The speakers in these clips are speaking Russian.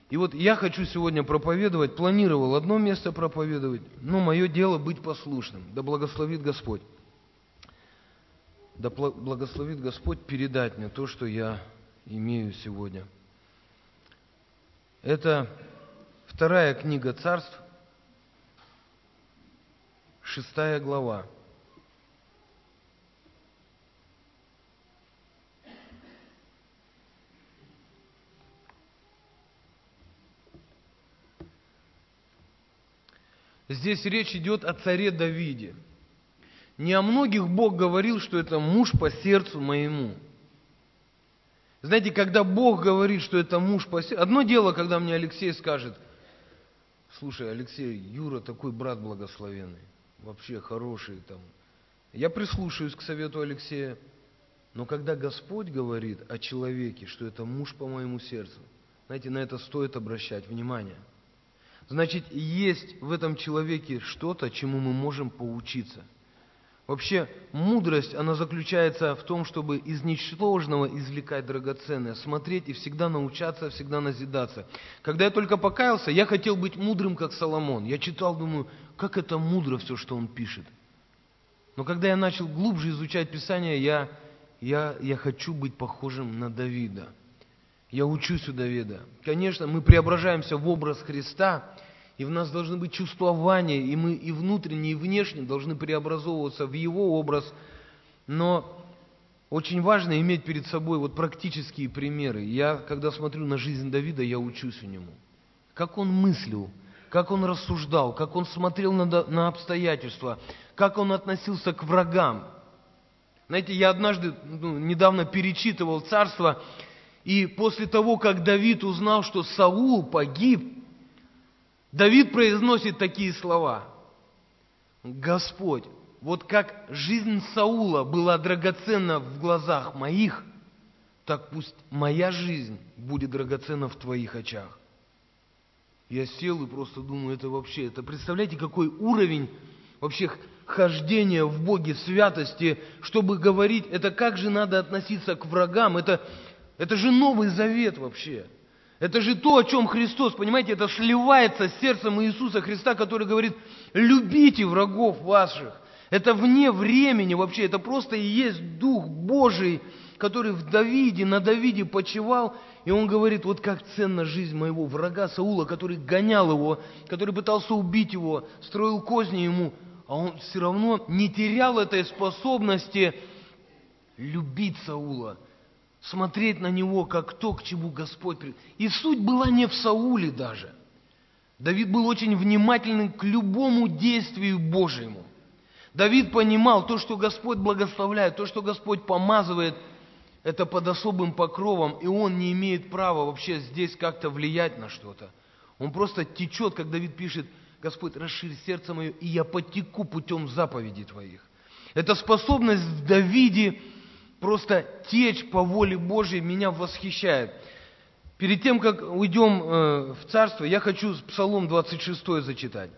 И вот я хочу сегодня проповедовать, планировал одно место проповедовать, но мое дело быть послушным. Да благословит Господь. Да благословит Господь передать мне то, что я имею сегодня. Это 2 книга Царств, 6 глава. Здесь речь идет о царе Давиде. Не о многих Бог говорил, что это муж по сердцу моему. Знаете, когда Бог говорит, что это муж по сердцу... Одно дело, когда мне Алексей скажет: слушай, Алексей, Юра такой брат благословенный, вообще хороший там. Я прислушаюсь к совету Алексея. Но когда Господь говорит о человеке, что это муж по моему сердцу, знаете, на это стоит обращать внимание. Значит, есть в этом человеке что-то, чему мы можем поучиться. Вообще, мудрость, она заключается в том, чтобы из ничтожного извлекать драгоценное, смотреть и всегда научаться, всегда назидаться. Когда я только покаялся, я хотел быть мудрым, как Соломон. Я читал, думаю, как это мудро все, что он пишет. Но когда я начал глубже изучать Писание, я хочу быть похожим на Давида. Я учусь у Давида. Конечно, мы преображаемся в образ Христа, и в нас должны быть чувствования, и мы и внутренне, и внешне должны преобразовываться в Его образ. Но очень важно иметь перед собой вот практические примеры. Я, когда смотрю на жизнь Давида, я учусь у него. Как он мыслил, как он рассуждал, как он смотрел на обстоятельства, как он относился к врагам. Знаете, я однажды, недавно перечитывал Царство, и после того, как Давид узнал, что Саул погиб, Давид произносит такие слова: Господь, вот как жизнь Саула была драгоценна в глазах моих, так пусть моя жизнь будет драгоценна в Твоих очах. Я сел и просто думаю, это представляете, какой уровень вообще хождения в Боге святости, чтобы говорить, это как же надо относиться к врагам, это же Новый Завет вообще. Это же то, о чем Христос, понимаете, это сливается с сердцем Иисуса Христа, который говорит: любите врагов ваших. Это вне времени вообще, это просто и есть Дух Божий, который на Давиде почивал, и он говорит: вот как ценна жизнь моего врага Саула, который гонял его, который пытался убить его, строил козни ему, а он все равно не терял этой способности любить Саула, смотреть на него, как то, к чему Господь... И суть была не в Сауле даже. Давид был очень внимательным к любому действию Божьему. Давид понимал, то, что Господь благословляет, то, что Господь помазывает, это под особым покровом, и он не имеет права вообще здесь как-то влиять на что-то. Он просто течет, как Давид пишет: Господь, расширь сердце мое, и я потеку путем заповедей Твоих. Эта способность в Давиде просто течь по воле Божьей меня восхищает. Перед тем, как уйдем в царство, я хочу Псалом 26 зачитать.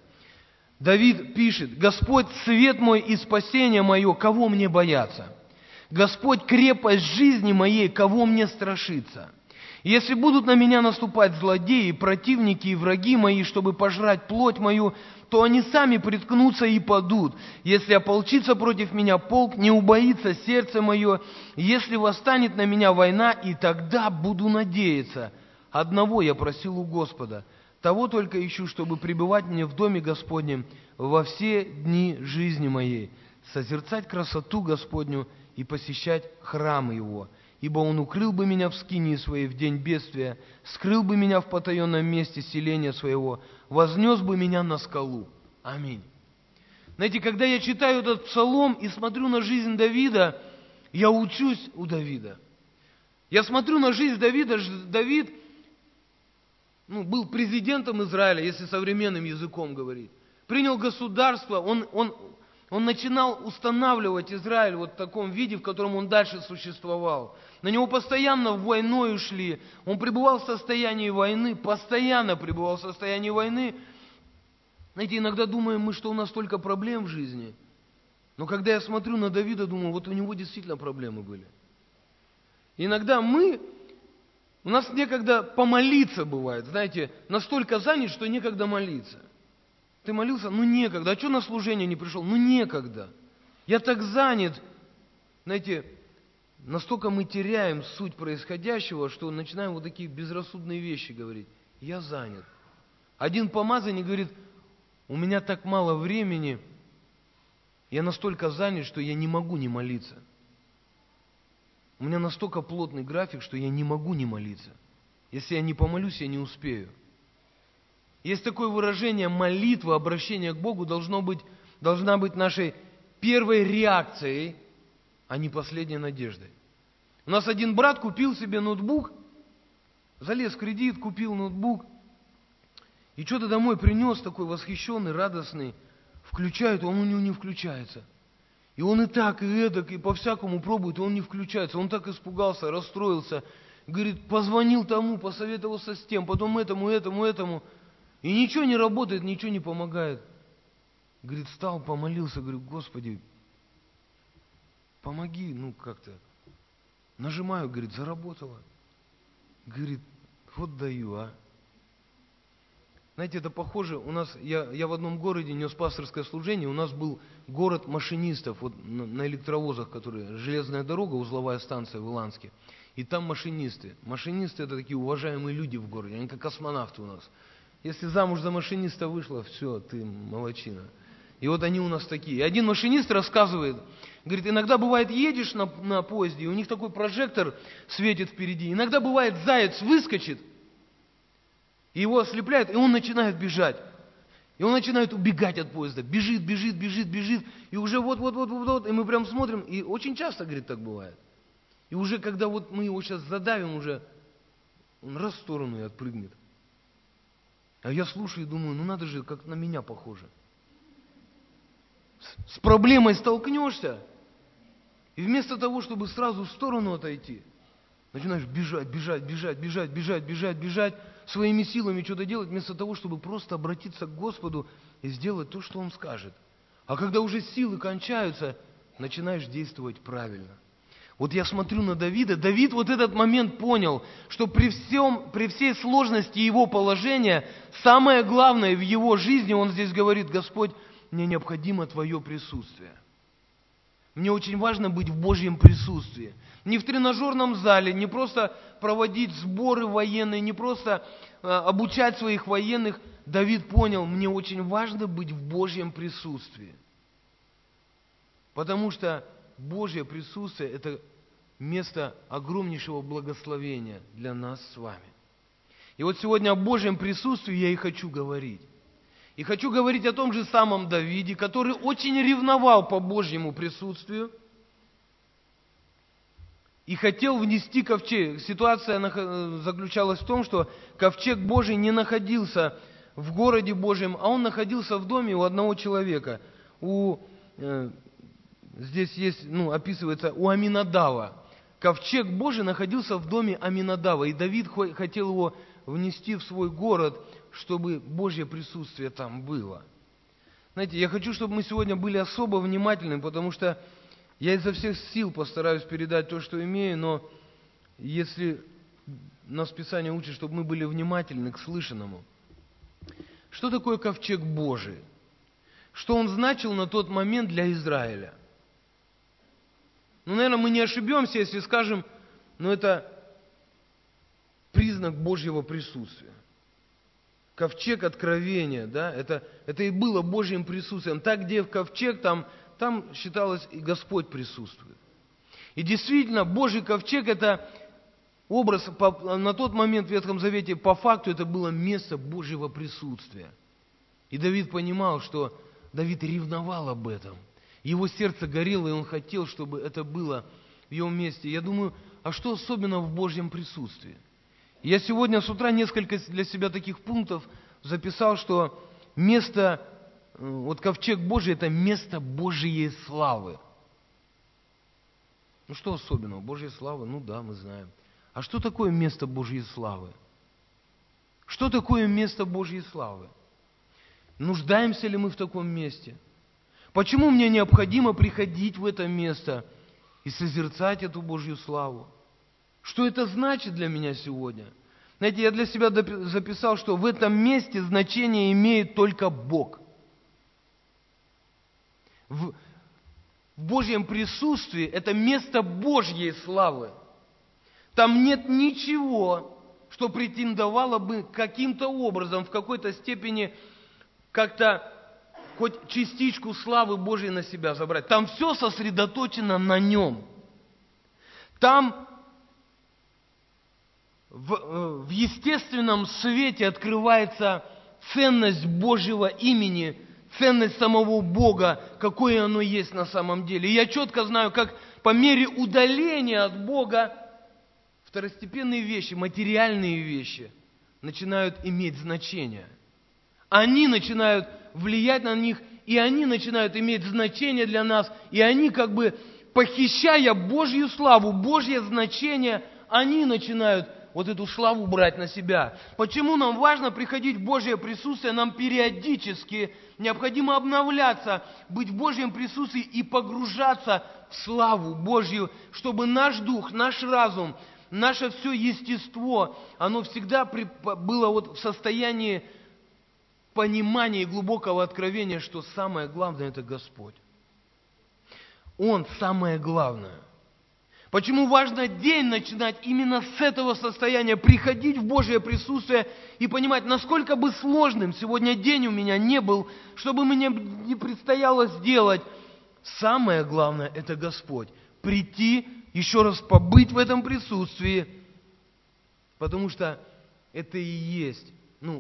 Давид пишет: Господь свет мой и спасение мое, кого мне бояться? Господь крепость жизни моей, кого мне страшиться? Если будут на меня наступать злодеи, противники и враги мои, чтобы пожрать плоть мою, то они сами приткнутся и падут. Если ополчится против меня полк, не убоится сердце мое. Если восстанет на меня война, и тогда буду надеяться. Одного я просил у Господа, того только ищу, чтобы пребывать мне в доме Господнем во все дни жизни моей, созерцать красоту Господню и посещать храмы Его. Ибо Он укрыл бы меня в скинии своей в день бедствия, скрыл бы меня в потаенном месте селения своего, вознес бы меня на скалу. Аминь. Знаете, когда я читаю этот псалом и смотрю на жизнь Давида, я учусь у Давида. Я смотрю на жизнь Давида. Давид был президентом Израиля, если современным языком говорить. Принял государство, он начинал устанавливать Израиль вот в таком виде, в котором он дальше существовал. На него постоянно войной шли. Он пребывал в состоянии войны, постоянно пребывал в состоянии войны. Знаете, иногда думаем мы, что у нас столько проблем в жизни. Но когда я смотрю на Давида, думаю, вот у него действительно проблемы были. Иногда мы У нас некогда помолиться бывает, знаете, настолько занят, что некогда молиться. Ты молился? Ну некогда. А что на служение не пришел? Ну некогда. Я так занят. Знаете, настолько мы теряем суть происходящего, что начинаем вот такие безрассудные вещи говорить. Я занят. Один помазанник говорит, у меня так мало времени, я настолько занят, что я не могу не молиться. У меня настолько плотный график, что я не могу не молиться. Если я не помолюсь, я не успею. Есть такое выражение: молитва, обращение к Богу должна быть нашей первой реакцией, а не последней надеждой. У нас один брат купил себе ноутбук, залез в кредит, купил ноутбук, и что-то домой принес такой восхищенный, радостный, включает, он у него не включается. И он и так, и эдак, и по-всякому пробует, и он не включается. Он так испугался, расстроился. Говорит, позвонил тому, посоветовался с тем, потом этому. И ничего не работает, ничего не помогает. Говорит, встал, помолился, говорю, Господи, помоги, как-то. Нажимаю, говорит, заработало. Говорит, вот даю, а. Знаете, это похоже, у нас, я в одном городе нес пасторское служение, у нас был город машинистов, вот на электровозах, железная дорога, узловая станция в Иланске, и там машинисты. Машинисты — это такие уважаемые люди в городе, они как космонавты у нас. Если замуж за машиниста вышла, все, ты молодчина. И вот они у нас такие. И один машинист рассказывает, говорит, иногда бывает, едешь на поезде, и у них такой прожектор светит впереди, иногда бывает, заяц выскочит, и его ослепляет, и он начинает бежать. И он начинает убегать от поезда. Бежит. И уже вот. И мы прям смотрим. И очень часто, говорит, так бывает. И уже когда вот мы его сейчас задавим, уже он раз в сторону и отпрыгнет. А я слушаю и думаю, надо же, как на меня похоже. С проблемой столкнешься, и вместо того, чтобы сразу в сторону отойти, начинаешь бежать, своими силами что-то делать, вместо того, чтобы просто обратиться к Господу и сделать то, что Он скажет. А когда уже силы кончаются, начинаешь действовать правильно. Вот я смотрю на Давида. Давид вот этот момент понял, что при всей сложности его положения, самое главное в его жизни, он здесь говорит, Господь, мне необходимо Твое присутствие. Мне очень важно быть в Божьем присутствии. Не в тренажерном зале, не просто проводить сборы военные, не просто обучать своих военных. Давид понял, мне очень важно быть в Божьем присутствии. Потому что Божье присутствие – это место огромнейшего благословения для нас с вами. И вот сегодня о Божьем присутствии я и хочу говорить. И хочу говорить о том же самом Давиде, который очень ревновал по Божьему присутствию и хотел внести ковчег. Ситуация заключалась в том, что ковчег Божий не находился в городе Божьем, а он находился в доме у одного человека. Здесь есть, описывается, у Аминадава. Ковчег Божий находился в доме Аминадава, и Давид хотел его внести в свой город, чтобы Божье присутствие там было. Знаете, я хочу, чтобы мы сегодня были особо внимательны, потому что я изо всех сил постараюсь передать то, что имею, но если нас Писание учит, чтобы мы были внимательны к слышанному. Что такое ковчег Божий? Что он значил на тот момент для Израиля? Наверное, мы не ошибемся, если скажем, это признак Божьего присутствия. Ковчег откровения, да, это и было Божьим присутствием. Так, где в ковчег, там считалось, и Господь присутствует. И действительно, Божий ковчег – это образ, на тот момент в Ветхом Завете, по факту, это было место Божьего присутствия. И Давид понимал, что Давид ревновал об этом. Его сердце горело, и он хотел, чтобы это было в его месте. Я думаю, а что особенно в Божьем присутствии? Я сегодня с утра несколько для себя таких пунктов записал, что ковчег Божий – это место Божьей славы. Что особенного? Божья слава? Да, мы знаем. А что такое место Божьей славы? Что такое место Божьей славы? Нуждаемся ли мы в таком месте? Почему мне необходимо приходить в это место и созерцать эту Божью славу? Что это значит для меня сегодня? Знаете, я для себя записал, что в этом месте значение имеет только Бог. В Божьем присутствии это место Божьей славы. Там нет ничего, что претендовало бы каким-то образом, в какой-то степени, как-то хоть частичку славы Божьей на себя забрать. Там все сосредоточено на Нем. Там в естественном свете открывается ценность Божьего имени, ценность самого Бога, какое оно есть на самом деле. И я четко знаю, как по мере удаления от Бога второстепенные вещи, материальные вещи начинают иметь значение. Они начинают влиять на них, и они начинают иметь значение для нас, и они как бы, похищая Божью славу, Божье значение, они начинают вот эту славу брать на себя. Почему нам важно приходить в Божье присутствие? Нам периодически необходимо обновляться, быть в Божьем присутствии и погружаться в славу Божью, чтобы наш дух, наш разум, наше все естество, оно всегда было вот в состоянии понимания и глубокого откровения, что самое главное – это Господь. Он самое главное. Почему важно день начинать именно с этого состояния, приходить в Божье присутствие и понимать, насколько бы сложным сегодня день у меня не был, чтобы мне не предстояло сделать. Самое главное – это Господь. Прийти, еще раз побыть в этом присутствии, потому что это и есть,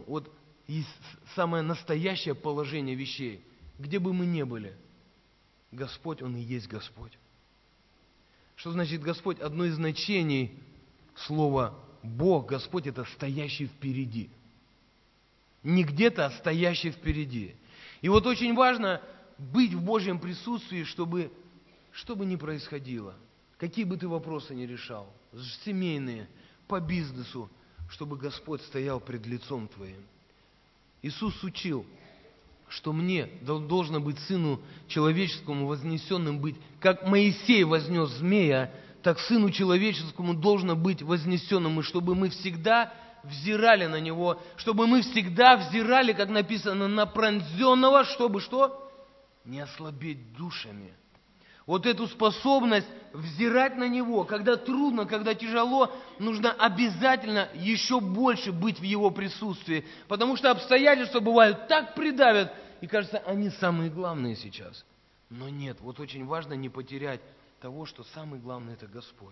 самое настоящее положение вещей. Где бы мы ни были, Господь, Он и есть Господь. Что значит Господь? Одно из значений слова Бог, Господь – это стоящий впереди. Не где-то, а стоящий впереди. И вот очень важно быть в Божьем присутствии, чтобы, что бы ни происходило, какие бы ты вопросы ни решал, семейные, по бизнесу, чтобы Господь стоял пред лицом твоим. Иисус учил, что мне должно быть Сыну Человеческому вознесенным быть, как Моисей вознес змея, так Сыну Человеческому должно быть вознесенным, и чтобы мы всегда взирали на Него, чтобы мы всегда взирали, как написано, на пронзенного, чтобы что? Не ослабеть душами. Вот эту способность взирать на Него, когда трудно, когда тяжело, нужно обязательно еще больше быть в Его присутствии. Потому что обстоятельства бывают так придавят, и кажется, они самые главные сейчас. Но нет, вот очень важно не потерять того, что самое главное – это Господь.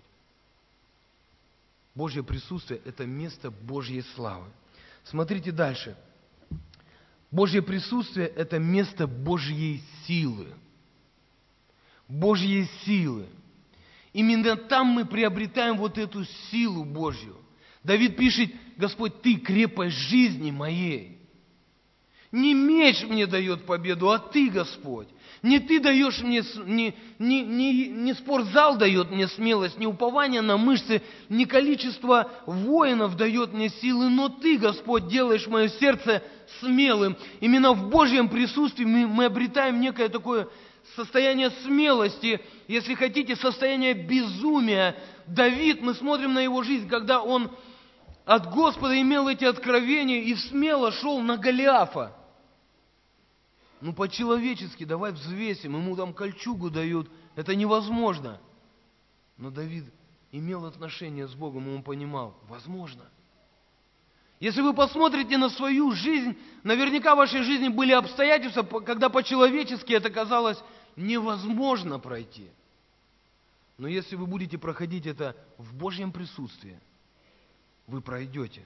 Божье присутствие – это место Божьей славы. Смотрите дальше. Божье присутствие – это место Божьей силы. Божьей силы. Именно там мы приобретаем вот эту силу Божью. Давид пишет: Господь, Ты крепость жизни моей. Не меч мне дает победу, а Ты, Господь. Не Ты даешь мне, не спортзал дает мне смелость, не упование на мышцы, не количество воинов дает мне силы, но Ты, Господь, делаешь мое сердце смелым. Именно в Божьем присутствии мы обретаем некое такое состояние смелости, если хотите, состояние безумия. Давид, мы смотрим на его жизнь, когда он от Господа имел эти откровения и смело шел на Голиафа. По-человечески, давай взвесим, ему там кольчугу дают, это невозможно. Но Давид имел отношение с Богом, и он понимал, возможно. Если вы посмотрите на свою жизнь, наверняка в вашей жизни были обстоятельства, когда по-человечески это казалось невозможно пройти. Но если вы будете проходить это в Божьем присутствии, вы пройдете.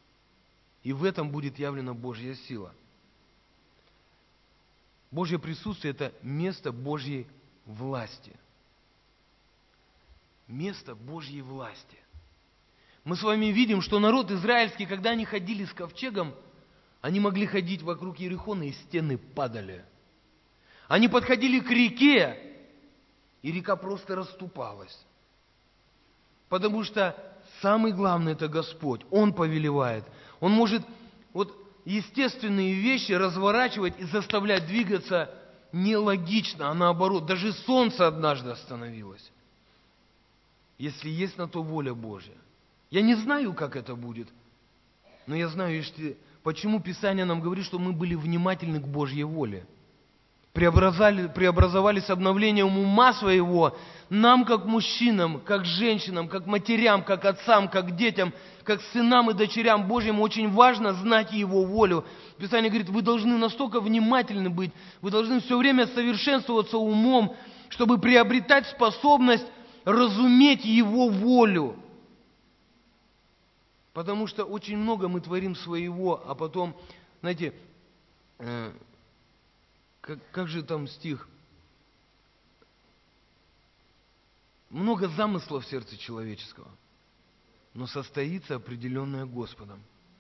И в этом будет явлена Божья сила. Божье присутствие – это место Божьей власти. Место Божьей власти. Мы с вами видим, что народ израильский, когда они ходили с ковчегом, они могли ходить вокруг Иерихона, и стены падали. Они подходили к реке, и река просто расступалась. Потому что самое главное – это Господь. Он повелевает. Он может естественные вещи разворачивать и заставлять двигаться нелогично, а наоборот. Даже солнце однажды остановилось. если есть на то воля Божья. Я не знаю, как это будет, но я знаю, почему Писание нам говорит, что мы были внимательны к Божьей воле. Преобразовались обновлением ума своего, нам, как мужчинам, как женщинам, как матерям, как отцам, как детям, как сынам и дочерям Божьим, очень важно знать Его волю. Писание говорит, вы должны настолько внимательны быть, вы должны все время совершенствоваться умом, чтобы приобретать способность разуметь Его волю. Потому что очень много мы творим своего, а потом, знаете, как же там стих? Много замыслов в сердце человеческого, но состоится определенное Господом.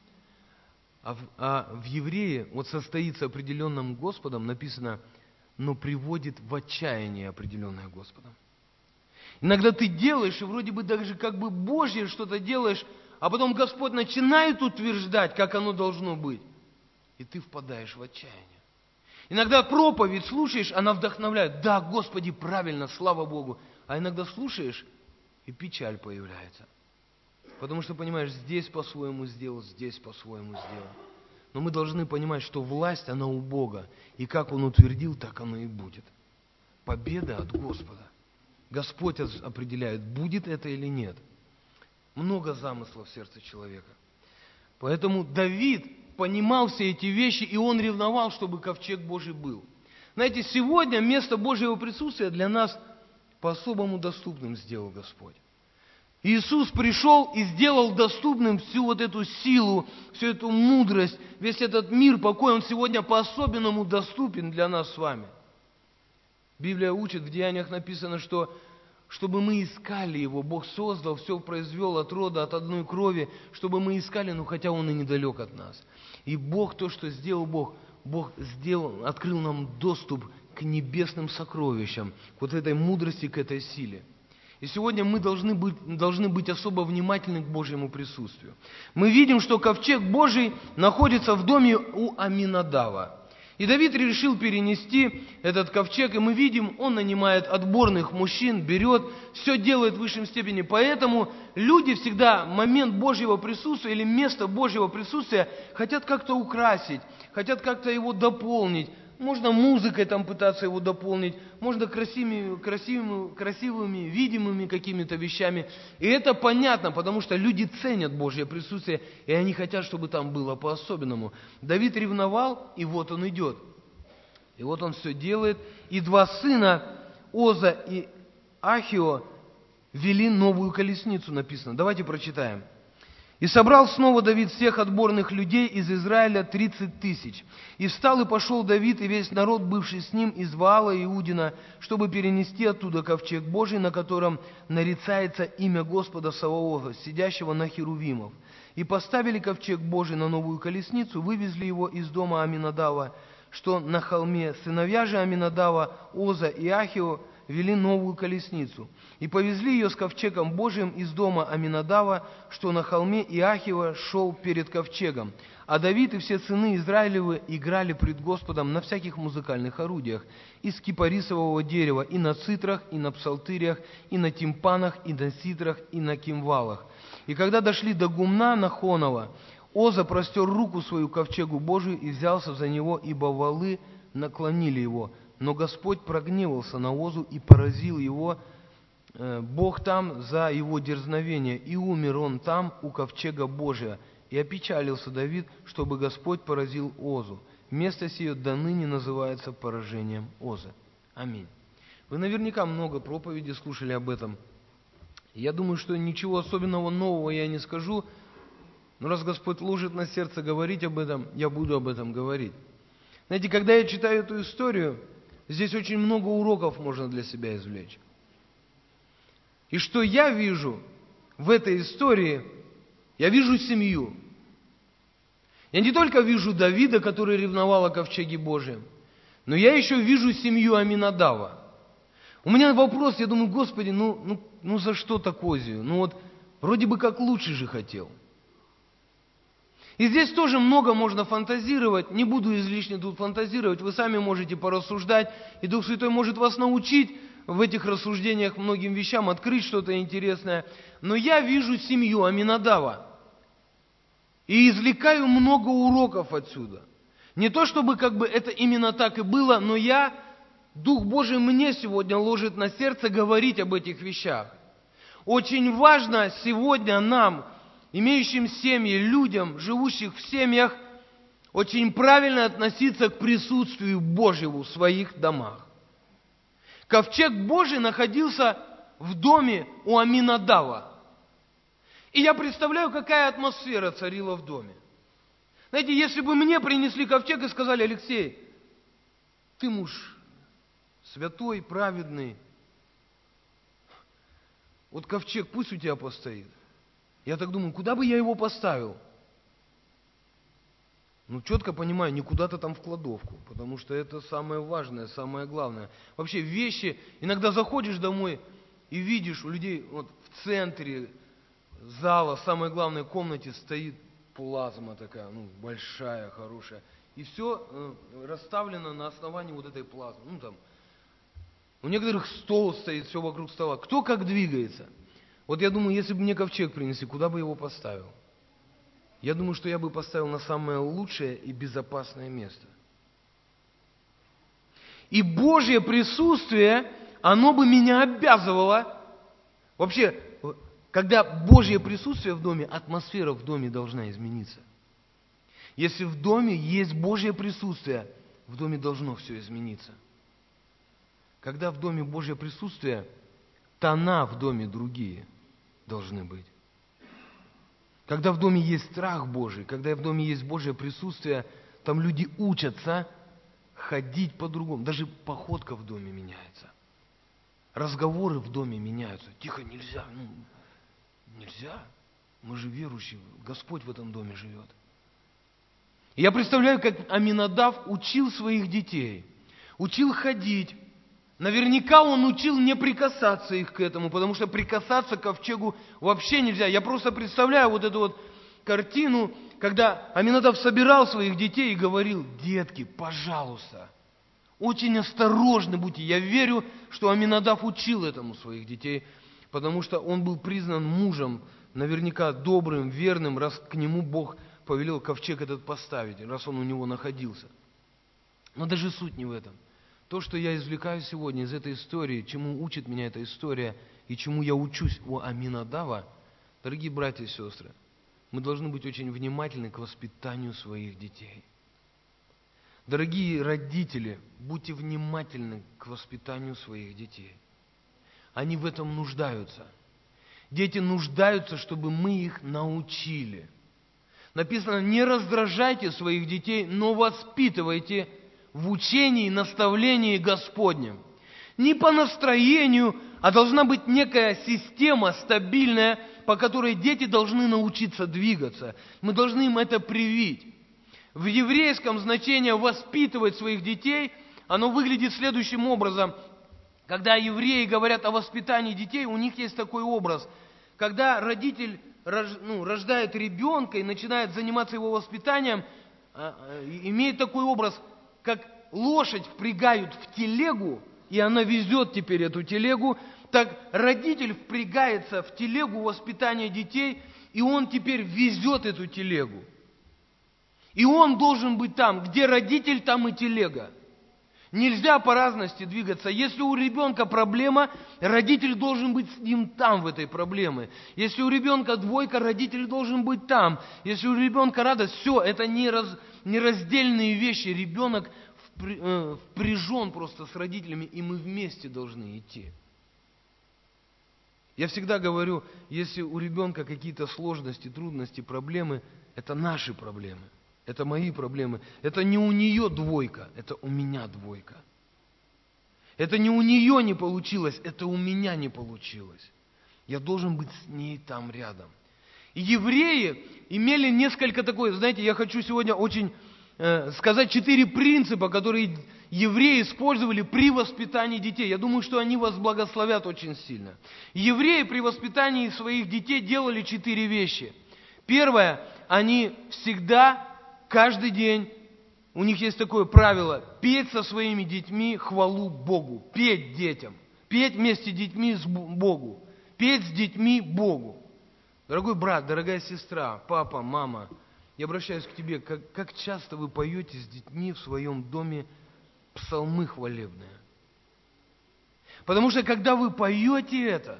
А в Еврее, вот состоится определенным Господом, написано, но приводит в отчаяние определенное Господом. Иногда ты делаешь, и вроде бы даже как бы Божье что-то делаешь, а потом Господь начинает утверждать, как оно должно быть, и ты впадаешь в отчаяние. Иногда проповедь слушаешь, она вдохновляет. Да, Господи, правильно, слава Богу. А иногда слушаешь, и печаль появляется. Потому что, понимаешь, здесь по-своему сделал, здесь по-своему сделал. Но мы должны понимать, что власть, она у Бога. И как Он утвердил, так оно и будет. Победа от Господа. Господь определяет, будет это или нет. Много замыслов в сердце человека. Поэтому Давид понимал все эти вещи, и он ревновал, чтобы ковчег Божий был. Знаете, сегодня место Божьего присутствия для нас по-особому доступным сделал Господь. Иисус пришел и сделал доступным всю вот эту силу, всю эту мудрость, весь этот мир, покой, он сегодня по-особенному доступен для нас с вами. Библия учит, в Деяниях написано, что чтобы мы искали Его, Бог создал, все произвел от рода, от одной крови, чтобы мы искали, но хотя Он и недалек от нас. И Бог, то, что сделал Бог сделал, открыл нам доступ к небесным сокровищам, к вот этой мудрости, к этой силе. И сегодня мы должны быть особо внимательны к Божьему присутствию. Мы видим, что ковчег Божий находится в доме у Аминадава. И Давид решил перенести этот ковчег, и мы видим, он нанимает отборных мужчин, берет, все делает в высшей степени. Поэтому люди всегда момент Божьего присутствия или место Божьего присутствия хотят как-то украсить, хотят как-то его дополнить. Можно музыкой там пытаться его дополнить, можно красивыми, видимыми какими-то вещами. И это понятно, потому что люди ценят Божье присутствие, и они хотят, чтобы там было по-особенному. Давид ревновал, и вот он идет. И вот он все делает. И два сына, Оза и Ахио, вели новую колесницу, написано. Давайте прочитаем. «И собрал снова Давид всех отборных людей из Израиля 30 тысяч. И встал и пошел Давид и весь народ, бывший с ним, из Ваала Иудина, чтобы перенести оттуда ковчег Божий, на котором нарицается имя Господа Саваофа, сидящего на херувимов. И поставили ковчег Божий на новую колесницу, вывезли его из дома Аминадава, что на холме. Сыновья же Аминадава, Оза и Ахио, вели новую колесницу. И повезли ее с ковчегом Божиим из дома Аминадава, что на холме, и Ахива шел перед ковчегом. А Давид и все сыны Израилевы играли пред Господом на всяких музыкальных орудиях, из кипарисового дерева, и на цитрах, и на псалтырях, и на тимпанах, и на ситрах, и на кимвалах. И когда дошли до гумна Нахонова, Оза простер руку свою к ковчегу Божию и взялся за него, ибо валы наклонили его. Но Господь прогневался на Озу и поразил его, Бог там за его дерзновение, и умер он там у ковчега Божия. И опечалился Давид, чтобы Господь поразил Озу. Место сие до ныне называется поражением Озы. Аминь. Вы наверняка много проповедей слушали об этом. Я думаю, что ничего особенного нового я не скажу, но раз Господь ложит на сердце говорить об этом, я буду об этом говорить. Знаете, когда я читаю эту историю, здесь очень много уроков можно для себя извлечь. И что я вижу в этой истории? Я вижу семью. Я не только вижу Давида, который ревновал о ковчеге Божьем, но я еще вижу семью Аминадава. У меня вопрос, я думаю, Господи, ну за что так Озию? Ну вот, вроде бы как лучше же хотел. И здесь тоже много можно фантазировать, не буду излишне тут фантазировать, вы сами можете порассуждать, и Дух Святой может вас научить, в этих рассуждениях многим вещам, открыть что-то интересное. Но я вижу семью Аминадава и извлекаю много уроков отсюда. Не то, чтобы это именно так и было, но Дух Божий мне сегодня ложит на сердце говорить об этих вещах. Очень важно сегодня нам, имеющим семьи, людям, живущих в семьях, очень правильно относиться к присутствию Божьему в своих домах. Ковчег Божий находился в доме у Аминадава. И я представляю, какая атмосфера царила в доме. Знаете, если бы мне принесли ковчег и сказали: Алексей, ты муж святой, праведный, вот ковчег пусть у тебя постоит. Я так думаю, куда бы я его поставил? Четко понимаю, не куда-то там в кладовку, потому что это самое важное, самое главное. Вообще вещи, иногда заходишь домой и видишь у людей в центре зала, в самой главной комнате стоит плазма такая, большая, хорошая. И все расставлено на основании этой плазмы. У некоторых стол стоит, все вокруг стола. Кто как двигается. Я думаю, если бы мне ковчег принесли, куда бы его поставил? Я думаю, что я бы поставил на самое лучшее и безопасное место. И Божье присутствие, оно бы меня обязывало. Вообще, когда Божье присутствие в доме, атмосфера в доме должна измениться. Если в доме есть Божье присутствие, в доме должно все измениться. Когда в доме Божье присутствие, тона в доме другие должны быть. Когда в доме есть страх Божий, когда в доме есть Божье присутствие, там люди учатся ходить по-другому. Даже походка в доме меняется. Разговоры в доме меняются. Тихо, нельзя. Нельзя. Мы же верующие. Господь в этом доме живет. И я представляю, как Аминадав учил своих детей. Учил ходить. Наверняка он учил не прикасаться их к этому, потому что прикасаться к ковчегу вообще нельзя. Я просто представляю эту картину, когда Аминадав собирал своих детей и говорил: детки, пожалуйста, очень осторожны будьте. Я верю, что Аминадав учил этому своих детей, потому что он был признан мужем, наверняка добрым, верным, раз к нему Бог повелел ковчег этот поставить, раз он у него находился. Но даже суть не в этом. То, что я извлекаю сегодня из этой истории, чему учит меня эта история и чему я учусь у Аминадава, дорогие братья и сестры, мы должны быть очень внимательны к воспитанию своих детей. Дорогие родители, будьте внимательны к воспитанию своих детей. Они в этом нуждаются. Дети нуждаются, чтобы мы их научили. Написано: не раздражайте своих детей, но воспитывайте в учении и наставлении Господнем. Не по настроению, а должна быть некая система стабильная, по которой дети должны научиться двигаться. Мы должны им это привить. В еврейском значении «воспитывать своих детей» оно выглядит следующим образом. Когда евреи говорят о воспитании детей, у них есть такой образ. Когда родитель рождает ребенка и начинает заниматься его воспитанием, имеет такой образ, как лошадь впрягают в телегу, и она везет теперь эту телегу, так родитель впрягается в телегу воспитания детей, и он теперь везет эту телегу. И он должен быть там, где родитель, там и телега. Нельзя по разности двигаться. Если у ребенка проблема, родитель должен быть с ним там, в этой проблеме. Если у ребенка двойка, родитель должен быть там. Если у ребенка радость, все, это нераздельные вещи. Ребенок впряжен просто с родителями, и мы вместе должны идти. Я всегда говорю, если у ребенка какие-то сложности, трудности, проблемы, это наши проблемы. Это мои проблемы. Это не у нее двойка, это у меня двойка. Это не у нее не получилось, это у меня не получилось. Я должен быть с ней там рядом. И евреи имели несколько такое, знаете, я хочу сегодня очень сказать 4 принципа, которые евреи использовали при воспитании детей. Я думаю, что они вас благословят очень сильно. Евреи при воспитании своих детей делали 4 вещи. Первое, они всегда, каждый день, у них есть такое правило, петь со своими детьми хвалу Богу, петь детям. Петь вместе с детьми Богу. Петь с детьми Богу. Дорогой брат, дорогая сестра, папа, мама, я обращаюсь к тебе, как часто вы поете с детьми в своем доме псалмы хвалебные? Потому что когда вы поете это,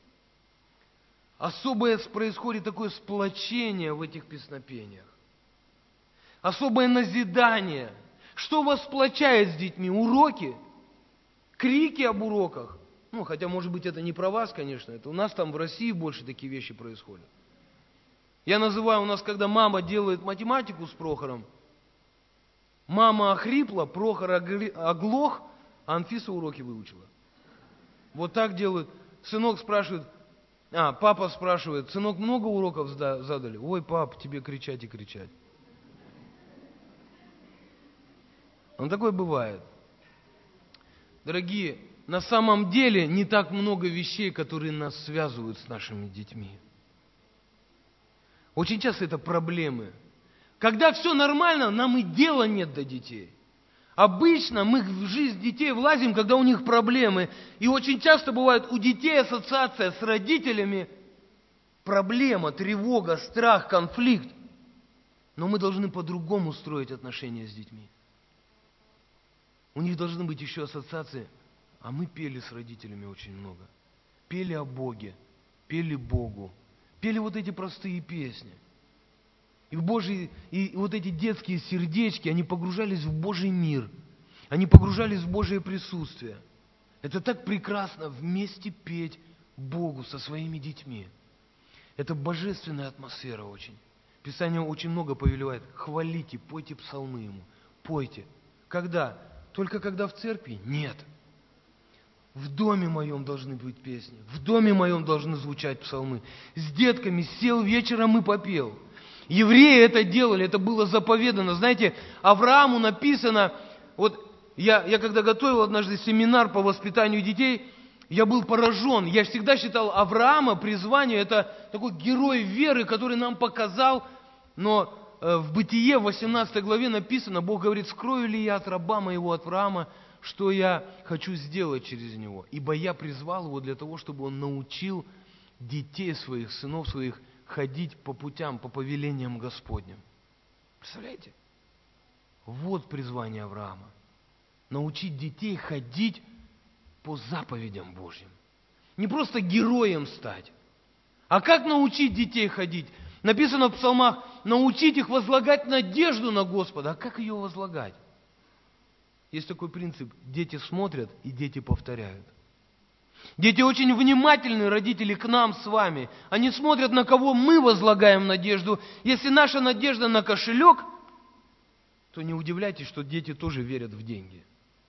особое происходит такое сплочение в этих песнопениях. Особое назидание. Что вас сплочает с детьми? Уроки? Крики об уроках? Хотя, может быть, это не про вас, конечно. Это у нас там в России больше такие вещи происходят. Я называю у нас, когда мама делает математику с Прохором, мама охрипла, Прохор оглох, а Анфиса уроки выучила. Вот так делают. Сынок спрашивает, папа спрашивает, сынок, много уроков задали? Ой, пап, тебе кричать и кричать. Такое бывает. Дорогие, на самом деле не так много вещей, которые нас связывают с нашими детьми. Очень часто это проблемы. Когда все нормально, нам и дела нет до детей. Обычно мы в жизнь детей влазим, когда у них проблемы. И очень часто бывает у детей ассоциация с родителями, проблема, тревога, страх, конфликт. Но мы должны по-другому строить отношения с детьми. У них должны быть еще ассоциации. А мы пели с родителями очень много. Пели о Боге, пели Богу. Пели вот эти простые песни. И вот эти детские сердечки, они погружались в Божий мир. Они погружались в Божие присутствие. Это так прекрасно вместе петь Богу со своими детьми. Это божественная атмосфера очень. Писание очень много повелевает. Хвалите, пойте псалмы Ему. Пойте. Когда? Только когда в церкви? Нет. В доме моем должны быть песни. В доме моем должны звучать псалмы. С детками сел вечером и попел. Евреи это делали, это было заповедано. Знаете, Аврааму написано, вот я когда готовил однажды семинар по воспитанию детей, я был поражен. Я всегда считал Авраама призвание, это такой герой веры, который нам показал, но в Бытие, в 18 главе написано, Бог говорит, скрою ли я от раба моего, от Авраама, что я хочу сделать через него. Ибо я призвал его для того, чтобы он научил детей своих, сынов своих, ходить по путям, по повелениям Господним. Представляете? Вот призвание Авраама. Научить детей ходить по заповедям Божьим. Не просто героем стать. А как научить детей ходить? Написано в псалмах, научить их возлагать надежду на Господа. А как ее возлагать? Есть такой принцип. Дети смотрят, и дети повторяют. Дети очень внимательны, родители, к нам с вами. Они смотрят, на кого мы возлагаем надежду. Если наша надежда на кошелек, то не удивляйтесь, что дети тоже верят в деньги.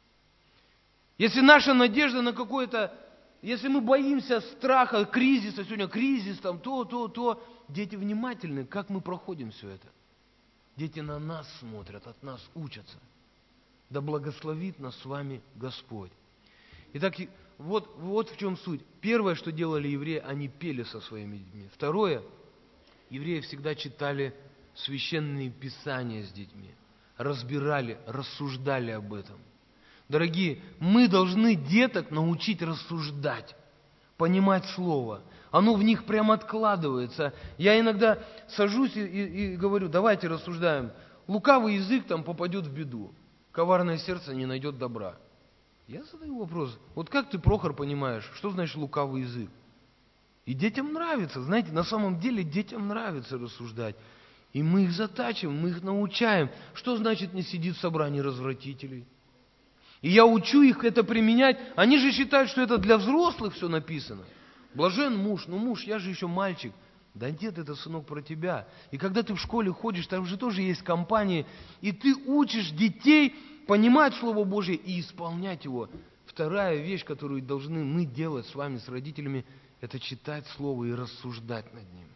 Если наша надежда на какое-то... Если мы боимся страха, кризиса, сегодня кризис, там, то, дети внимательны, как мы проходим все это. Дети на нас смотрят, от нас учатся. Да благословит нас с вами Господь. Итак, вот в чем суть. Первое, что делали евреи, они пели со своими детьми. Второе, евреи всегда читали священные писания с детьми. Разбирали, рассуждали об этом. Дорогие, мы должны деток научить рассуждать, понимать Слово. Оно в них прямо откладывается. Я иногда сажусь и говорю, давайте рассуждаем. Лукавый язык там попадет в беду. Коварное сердце не найдет добра. Я задаю вопрос, вот как ты, Прохор, понимаешь, что значит лукавый язык? И детям нравится, знаете, на самом деле детям нравится рассуждать. И мы их затачиваем, мы их научаем. Что значит не сидит в собрании развратителей? И я учу их это применять. Они же считают, что это для взрослых все написано. Блажен муж, муж, я же еще мальчик. Да нет, это, сынок, про тебя. И когда ты в школе ходишь, там же тоже есть компании, и ты учишь детей понимать Слово Божье и исполнять его. Вторая вещь, которую должны мы делать с вами, с родителями, это читать Слово и рассуждать над ним.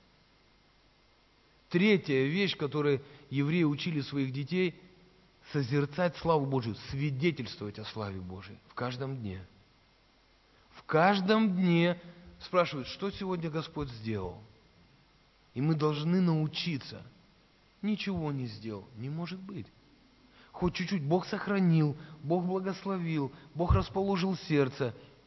Третья вещь, которой евреи учили своих детей, созерцать славу Божию, свидетельствовать о славе Божией в каждом дне. В каждом дне спрашивают, что сегодня Господь сделал. И мы должны научиться. Ничего не сделал. Не может быть. Хоть чуть-чуть Бог сохранил, Бог благословил, Бог расположил сердце.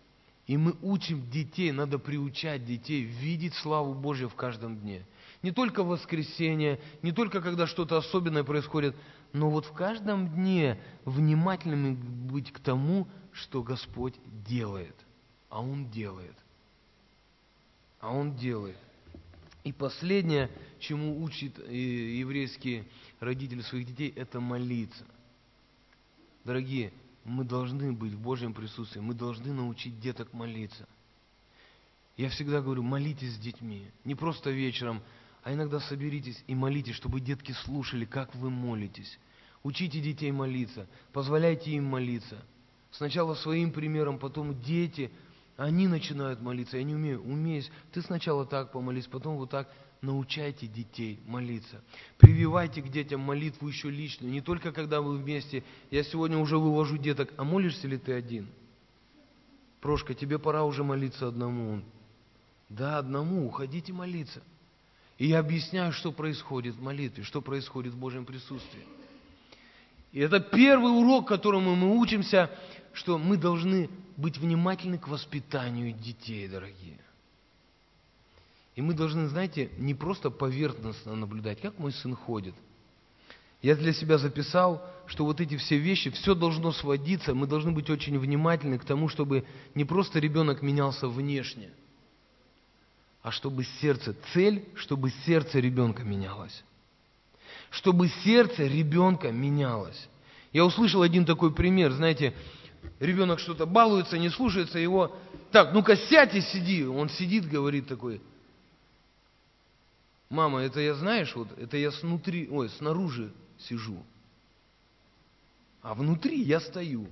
И мы учим детей, надо приучать детей видеть славу Божью в каждом дне. Не только в воскресенье, не только когда что-то особенное происходит, но вот в каждом дне внимательными быть к тому, что Господь делает. А Он делает. А Он делает. И последнее, чему учат еврейские родители своих детей, это молиться. Дорогие, мы должны быть в Божьем присутствии, мы должны научить деток молиться. Я всегда говорю, молитесь с детьми. Не просто вечером, а иногда соберитесь и молитесь, чтобы детки слушали, как вы молитесь. Учите детей молиться, позволяйте им молиться. Сначала своим примером, потом дети, они начинают молиться. Я не умею. Ты сначала так помолись, потом вот так. Научайте детей молиться. Прививайте к детям молитву еще личную, не только когда вы вместе. Я сегодня уже вывожу деток, а молишься ли ты один? Прошка, тебе пора уже молиться одному. Да, одному, уходите молиться. И я объясняю, что происходит в молитве, что происходит в Божьем присутствии. И это первый урок, которому мы учимся, что мы должны быть внимательны к воспитанию детей, дорогие. И мы должны, знаете, не просто поверхностно наблюдать, как мой сын ходит. Я для себя записал, что вот эти все вещи, все должно сводиться, мы должны быть очень внимательны к тому, чтобы не просто ребенок менялся внешне, а чтобы сердце, цель, чтобы сердце ребенка менялось. Чтобы сердце ребенка менялось. Я услышал один такой пример, знаете, ребенок что-то балуется, не слушается его. Так, ну-ка сядь и сиди. Он сидит, говорит такой: мама, это я, знаешь, вот это я снаружи сижу, а внутри я стою.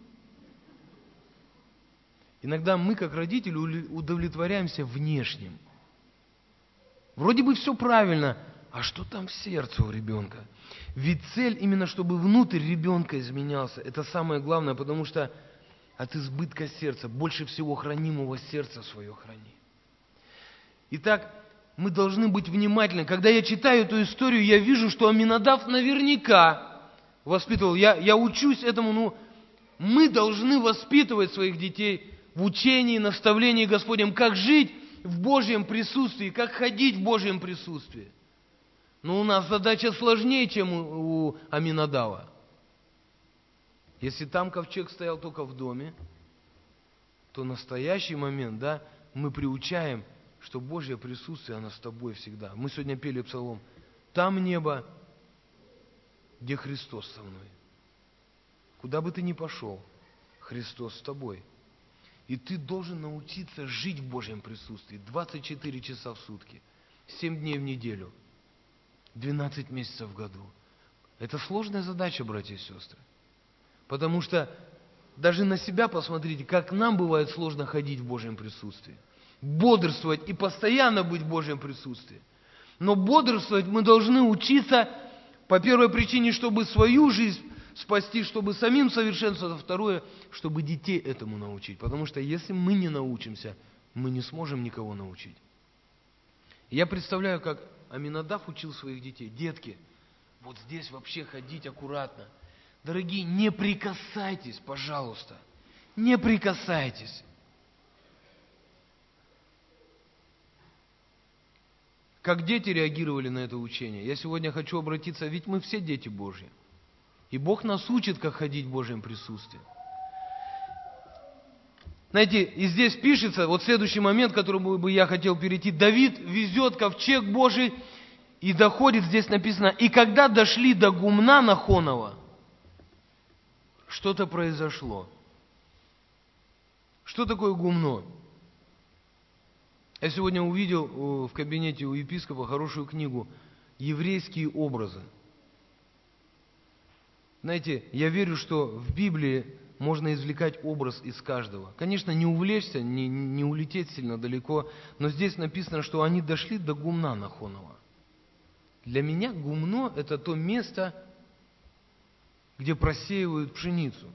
Иногда мы, как родители, удовлетворяемся внешним. Вроде бы все правильно, а что там в сердце у ребенка? Ведь цель именно, чтобы внутрь ребенка изменялся. Это самое главное, потому что от избытка сердца, больше всего хранимого сердца свое храни. Итак, мы должны быть внимательны. Когда я читаю эту историю, я вижу, что Аминадав наверняка воспитывал. Я учусь этому, мы должны воспитывать своих детей в учении, наставлении Господнем, как жить в Божьем присутствии, как ходить в Божьем присутствии. Но у нас задача сложнее, чем у Аминадава. Если там ковчег стоял только в доме, то настоящий момент, да, мы приучаем, что Божье присутствие, оно с тобой всегда. Мы сегодня пели псалом: «Там небо, где Христос со мной». Куда бы ты ни пошел, Христос с тобой. И ты должен научиться жить в Божьем присутствии 24 часа в сутки, 7 дней в неделю, 12 месяцев в году. Это сложная задача, братья и сестры. Потому что даже на себя посмотрите, как нам бывает сложно ходить в Божьем присутствии. Бодрствовать и постоянно быть в Божьем присутствии. Но бодрствовать мы должны учиться по первой причине, чтобы свою жизнь спасти, чтобы самим совершенствоваться. Второе, чтобы детей этому научить. Потому что если мы не научимся, мы не сможем никого научить. Я представляю, как Аминадав учил своих детей: детки, вот здесь вообще ходить аккуратно. Дорогие, не прикасайтесь, пожалуйста, не прикасайтесь. Как дети реагировали на это учение? Я сегодня хочу обратиться, ведь мы все дети Божьи. И Бог нас учит, как ходить в Божьем присутствии. Знаете, и здесь пишется, вот следующий момент, к которому бы я хотел перейти. Давид везет ковчег Божий и доходит, здесь написано: и когда дошли до гумна Нахонова, что-то произошло. Что такое гумно? Я сегодня увидел в кабинете у епископа хорошую книгу «Еврейские образы». Знаете, я верю, что в Библии можно извлекать образ из каждого. Конечно, не увлечься, не улететь сильно далеко, но здесь написано, что они дошли до гумна Нахонова. Для меня гумно – это то место, где просеивают пшеницу.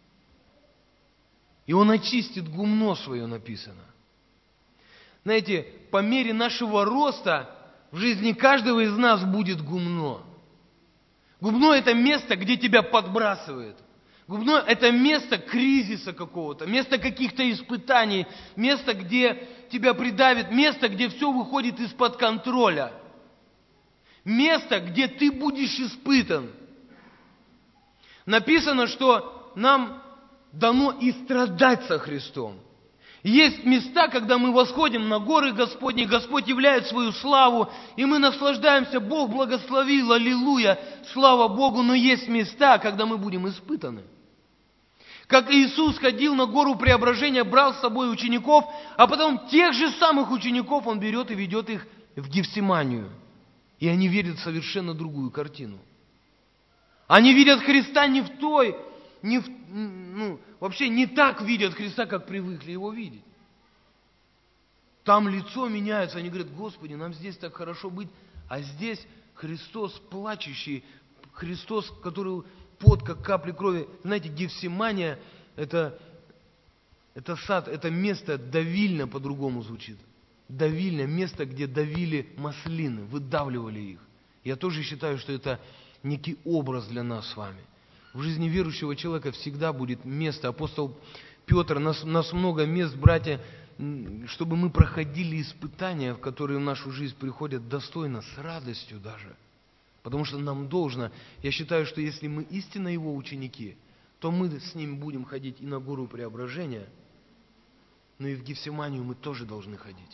И он очистит гумно свое, написано. Знаете, по мере нашего роста в жизни каждого из нас будет гумно. Гумно – это место, где тебя подбрасывает. Гумно – это место кризиса какого-то, место каких-то испытаний, место, где тебя придавит, место, где все выходит из-под контроля. Место, где ты будешь испытан. Написано, что нам дано и страдать со Христом. Есть места, когда мы восходим на горы Господни, Господь являет свою славу, и мы наслаждаемся, Бог благословил, аллилуйя, слава Богу, но есть места, когда мы будем испытаны. Как Иисус ходил на гору Преображения, брал с собой учеников, а потом тех же самых учеников Он берет и ведет их в Гефсиманию. И они видят совершенно другую картину. Они видят Христа не в той, вообще не так видят Христа, как привыкли Его видеть. Там лицо меняется, они говорят: Господи, нам здесь так хорошо быть, а здесь Христос плачущий, Христос, который пот, как капли крови. Знаете, Гефсимания – это сад, это место, давильно по-другому звучит. Давильня, место, где давили маслины, выдавливали их. Я тоже считаю, что это некий образ для нас с вами. В жизни верующего человека всегда будет место. Апостол Петр, нас много мест, братья, чтобы мы проходили испытания, в которые в нашу жизнь приходят достойно, с радостью даже. Потому что нам должно. Я считаю, что если мы истинно Его ученики, то мы с Ним будем ходить и на гору Преображения, но и в Гефсиманию мы тоже должны ходить.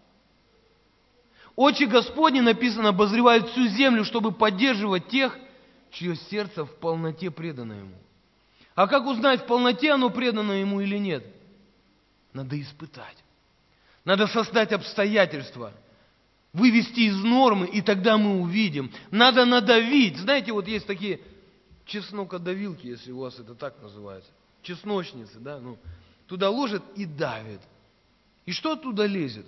Очи Господни, написано, обозревают всю землю, чтобы поддерживать тех, чье сердце в полноте предано Ему. А как узнать, в полноте оно предано Ему или нет? Надо испытать. Надо создать обстоятельства, вывести из нормы, и тогда мы увидим. Надо надавить. Знаете, вот есть такие чеснокодавилки, если у вас это так называется. Чесночницы, да? Туда ложат и давят. И что оттуда лезет?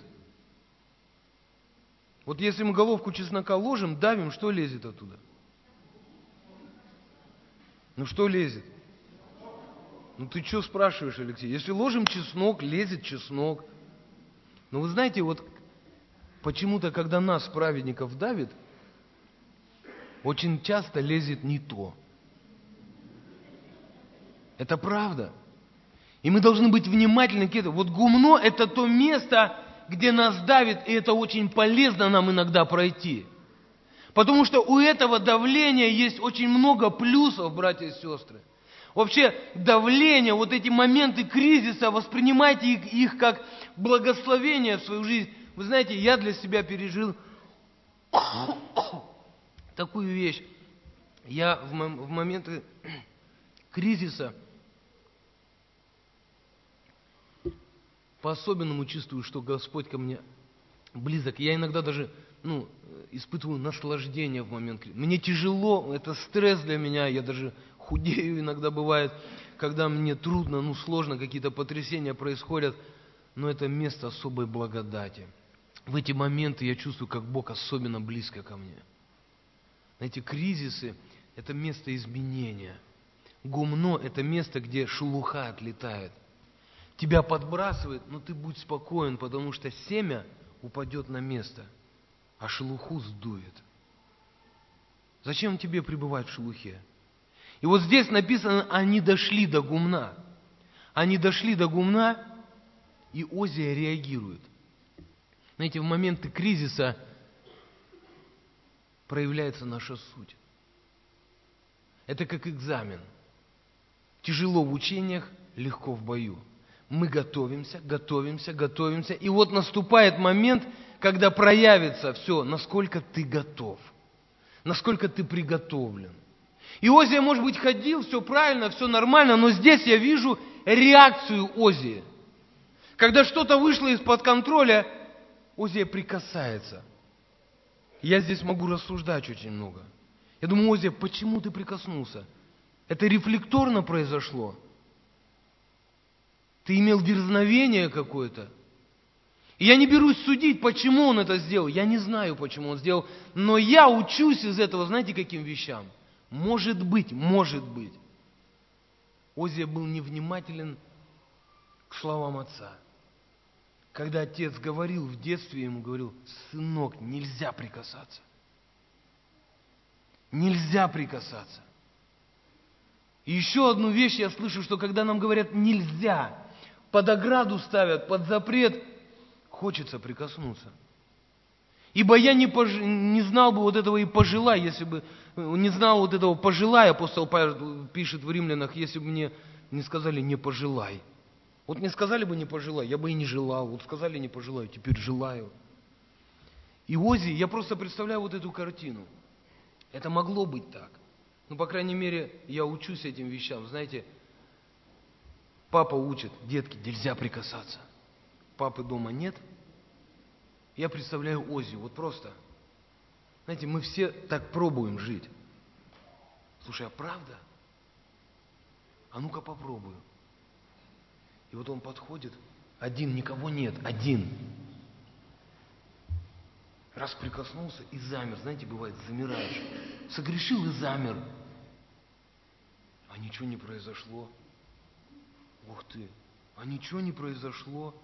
Вот если мы головку чеснока ложим, давим, что лезет оттуда? Что лезет? Ты что спрашиваешь, Алексей? Если ложим чеснок, лезет чеснок. Но вы знаете, вот почему-то, когда нас, праведников, давит, очень часто лезет не то. Это правда. И мы должны быть внимательны к этому. Вот гумно – это то место, где нас давит, и это очень полезно нам иногда пройти. Потому что у этого давления есть очень много плюсов, братья и сестры. Вообще давление, вот эти моменты кризиса, воспринимайте их как благословение в свою жизнь. Вы знаете, я для себя пережил такую вещь. Я в моменты кризиса по-особенному чувствую, что Господь ко мне близок. Я иногда даже испытываю наслаждение в момент кризиса. Мне тяжело, это стресс для меня, я даже худею иногда бывает, когда мне трудно, сложно, какие-то потрясения происходят, но это место особой благодати. В эти моменты я чувствую, как Бог особенно близко ко мне. Знаете, кризисы – это место изменения. Гумно – это место, где шелуха отлетает. Тебя подбрасывает, но ты будь спокоен, потому что семя упадет на место, а шелуху сдует. Зачем тебе пребывать в шелухе? И вот здесь написано, они дошли до гумна. Они дошли до гумна, и Озия реагирует. Знаете, в моменты кризиса проявляется наша суть. Это как экзамен. Тяжело в учениях, легко в бою. Мы готовимся, и вот наступает момент, когда проявится все, насколько ты готов, насколько ты приготовлен. И Озия, может быть, ходил, все правильно, все нормально, но здесь я вижу реакцию Озии. Когда что-то вышло из-под контроля, Озия прикасается. Я здесь могу рассуждать очень много. Я думаю: Озия, почему ты прикоснулся? Это рефлекторно произошло? Ты имел дерзновение какое-то? И я не берусь судить, почему он это сделал. Я не знаю, почему он сделал. Но я учусь из этого, знаете, каким вещам? Может быть, Озия был невнимателен к словам отца. Когда отец говорил в детстве, ему говорил: сынок, нельзя прикасаться. Нельзя прикасаться. И еще одну вещь я слышу, что когда нам говорят «нельзя», под ограду ставят, под запрет, хочется прикоснуться. Ибо я не знал бы вот этого и пожелай, если бы, не знал вот этого пожелай, апостол Павел пишет в Римлянах, если бы мне не сказали «не пожелай». Вот мне сказали бы «не пожелай», я бы и не желал. Вот сказали «не пожелаю», теперь желаю. И Ози, я просто представляю вот эту картину. Это могло быть так. Ну, по крайней мере, я учусь этим вещам. Знаете, папа учит, детки, нельзя прикасаться. Папы дома нет. Я представляю Ози, вот просто. Знаете, мы все так пробуем жить. Слушай, а правда? А ну-ка попробую. И вот он подходит, один, никого нет, один. Раз прикоснулся и замер. Знаете, бывает, замираешь. Согрешил и замер. А ничего не произошло. Ух ты, а ничего не произошло.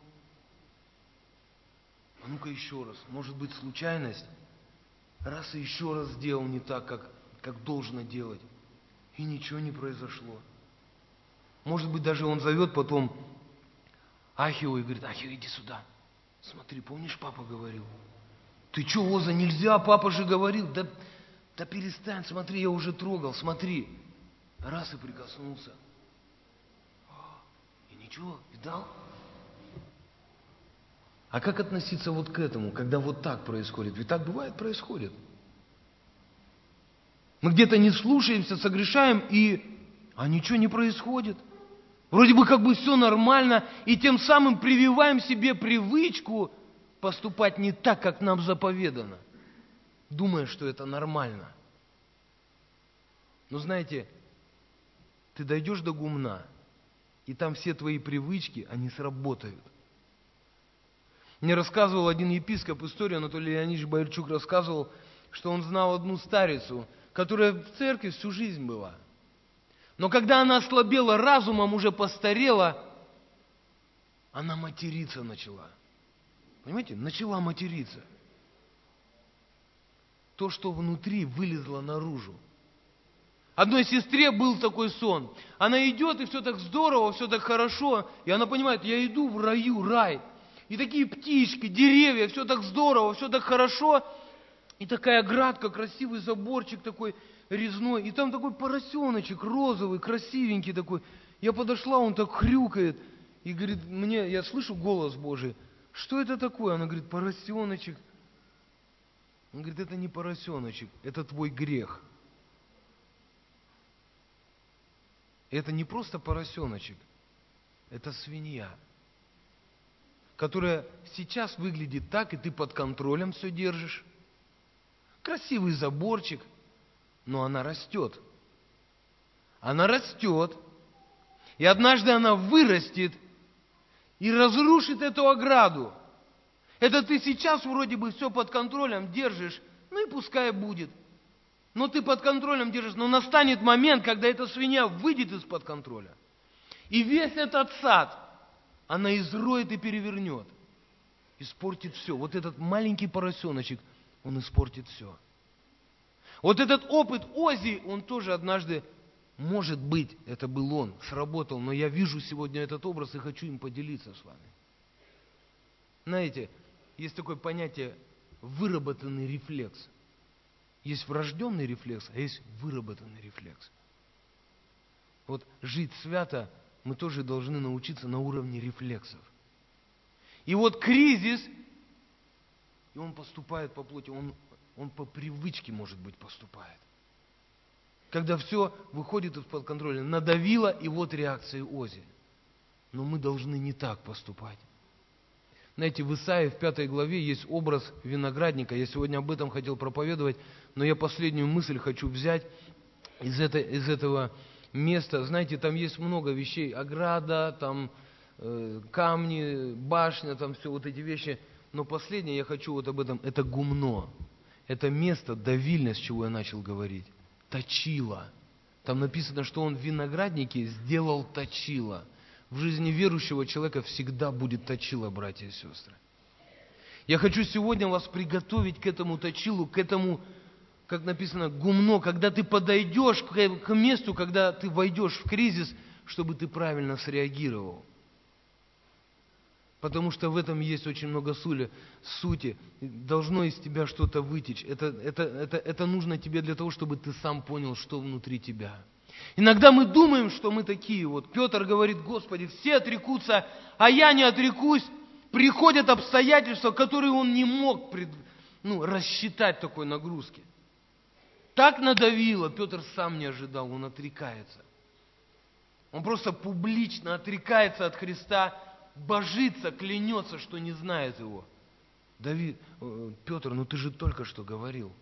А ну-ка еще раз. Может быть, случайность? Раз и еще раз сделал не так, как должно делать. И ничего не произошло. Может быть, даже он зовет потом Ахио и говорит: Ахио, иди сюда. Смотри, помнишь, папа говорил? Ты что, Оза, нельзя, папа же говорил. Да перестань, смотри, я уже трогал, смотри. Раз и прикоснулся. И ничего, видал? А как относиться вот к этому, когда вот так происходит? Ведь так бывает, происходит. Мы где-то не слушаемся, согрешаем, а ничего не происходит. Вроде бы как бы все нормально, и тем самым прививаем себе привычку поступать не так, как нам заповедано, думая, что это нормально. Но знаете, ты дойдешь до гумна, и там все твои привычки, они сработают. Мне рассказывал один епископ историю, Анатолий Леонидович Боярчук рассказывал, что он знал одну старицу, которая в церкви всю жизнь была. Но когда она ослабела разумом, уже постарела, она материться начала. Понимаете? Начала материться. То, что внутри, вылезло наружу. Одной сестре был такой сон. Она идет, и все так здорово, все так хорошо. И она понимает, я иду в раю, рай. И такие птички, деревья, все так здорово, все так хорошо. И такая оградка, красивый заборчик такой резной. И там такой поросеночек розовый, красивенький такой. Я подошла, он так хрюкает. И говорит, я слышу голос Божий. Что это такое? Она говорит, поросеночек. Он говорит, это не поросеночек, это твой грех. Это не просто поросеночек, это свинья, которая сейчас выглядит так, и ты под контролем все держишь. Красивый заборчик, но она растет. Она растет, и однажды она вырастет и разрушит эту ограду. Это ты сейчас вроде бы все под контролем держишь, ну и пускай будет. Но ты под контролем держишь, но настанет момент, когда эта свинья выйдет из-под контроля. И весь этот сад она изроет и перевернет. Испортит все. Вот этот маленький поросеночек, он испортит все. Вот этот опыт Ози, он тоже однажды, может быть, это был он, сработал, но я вижу сегодня этот образ и хочу им поделиться с вами. Знаете, есть такое понятие выработанный рефлекс. Есть врожденный рефлекс, а есть выработанный рефлекс. Вот жить свято мы тоже должны научиться на уровне рефлексов. И вот кризис, и он поступает по плоти, он по привычке, может быть, поступает. Когда все выходит из-под контроля, надавило, и вот реакция Ози. Но мы должны не так поступать. Знаете, в Исаии в 5 главе есть образ виноградника. Я сегодня об этом хотел проповедовать, но я последнюю мысль хочу взять из этого места. Знаете, там есть много вещей. Ограда, там камни, башня, там все вот эти вещи. Но последнее я хочу вот об этом. Это гумно. Это место, давильня, с чего я начал говорить. Точило. Там написано, что он в винограднике сделал точило. В жизни верующего человека всегда будет точило, братья и сестры. Я хочу сегодня вас приготовить к этому точилу, к как написано, гумно, когда ты подойдешь к месту, когда ты войдешь в кризис, чтобы ты правильно среагировал. Потому что в этом есть очень много сути. Должно из тебя что-то вытечь. Это нужно тебе для того, чтобы ты сам понял, что внутри тебя. Иногда мы думаем, что мы такие. Вот Петр говорит: Господи, все отрекутся, а я не отрекусь. Приходят обстоятельства, которые он не мог рассчитать такой нагрузки. Так надавило, Петр сам не ожидал, он отрекается. Он просто публично отрекается от Христа, божится, клянется, что не знает его. Петр, ты же только что говорил.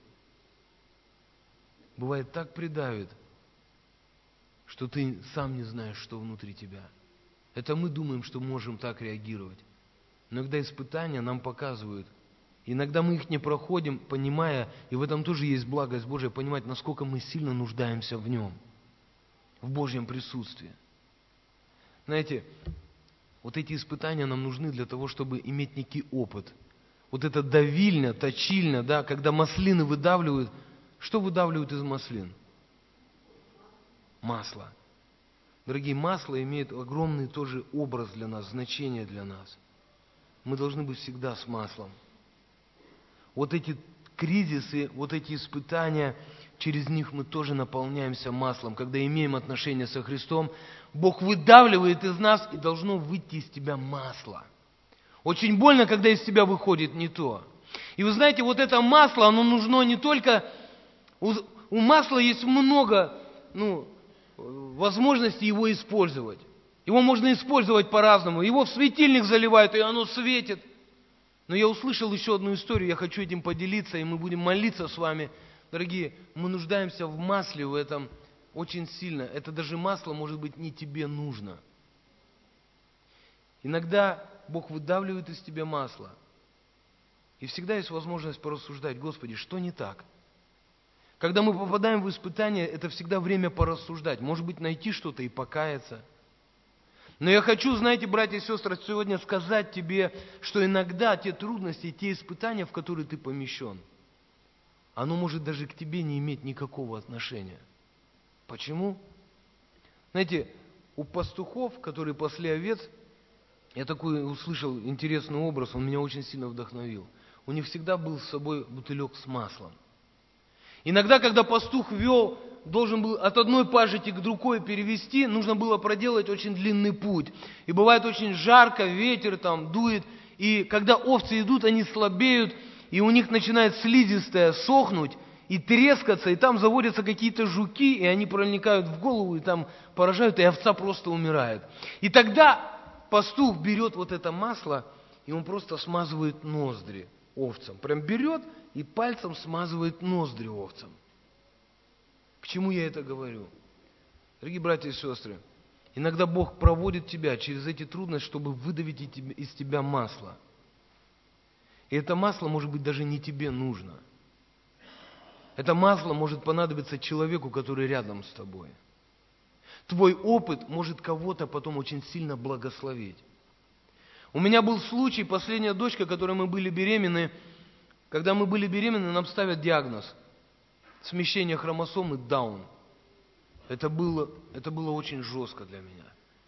Бывает, так придавит, что ты сам не знаешь, что внутри тебя. Это мы думаем, что можем так реагировать. Но иногда испытания нам показывают. Иногда мы их не проходим, понимая, и в этом тоже есть благость Божия, понимать, насколько мы сильно нуждаемся в Нем, в Божьем присутствии. Знаете, вот эти испытания нам нужны для того, чтобы иметь некий опыт. Вот это давильня, точильня, да, когда маслины выдавливают. Что выдавливают из маслин? Масло. Дорогие, масло имеет огромный тоже образ для нас, значение для нас. Мы должны быть всегда с маслом. Вот эти кризисы, вот эти испытания, через них мы тоже наполняемся маслом. Когда имеем отношения со Христом, Бог выдавливает из нас, и должно выйти из тебя масло. Очень больно, когда из тебя выходит не то. И вы знаете, вот это масло, оно нужно не только... У масла есть много возможностей его использовать. Его можно использовать по-разному. Его в светильник заливают, и оно светит. Но я услышал еще одну историю, я хочу этим поделиться, и мы будем молиться с вами. Дорогие, мы нуждаемся в масле в этом очень сильно. Это даже масло, может быть, не тебе нужно. Иногда Бог выдавливает из тебя масло. И всегда есть возможность порассуждать: Господи, что не так? Когда мы попадаем в испытания, это всегда время порассуждать. Может быть, найти что-то и покаяться. Но я хочу, знаете, братья и сестры, сегодня сказать тебе, что иногда те трудности, те испытания, в которые ты помещен, оно может даже к тебе не иметь никакого отношения. Почему? Знаете, у пастухов, которые пасли овец, я такой услышал интересный образ, он меня очень сильно вдохновил. У них всегда был с собой бутылек с маслом. Иногда, когда пастух должен был от одной пажити к другой перевести, нужно было проделать очень длинный путь. И бывает очень жарко, ветер там дует, и когда овцы идут, они слабеют, и у них начинает слизистая сохнуть и трескаться, и там заводятся какие-то жуки, и они проникают в голову, и там поражают, и овца просто умирает. И тогда пастух берет вот это масло, и он просто смазывает ноздри овцам. Прям берет и пальцем смазывает ноздри овцам. К чему я это говорю? Дорогие братья и сестры, иногда Бог проводит тебя через эти трудности, чтобы выдавить из тебя масло. И это масло, может быть, даже не тебе нужно. Это масло может понадобиться человеку, который рядом с тобой. Твой опыт может кого-то потом очень сильно благословить. У меня был случай, последняя дочка, которой мы были беременны. Когда мы были беременны, нам ставят диагноз: смещение хромосом и Даун. Это было очень жестко для меня.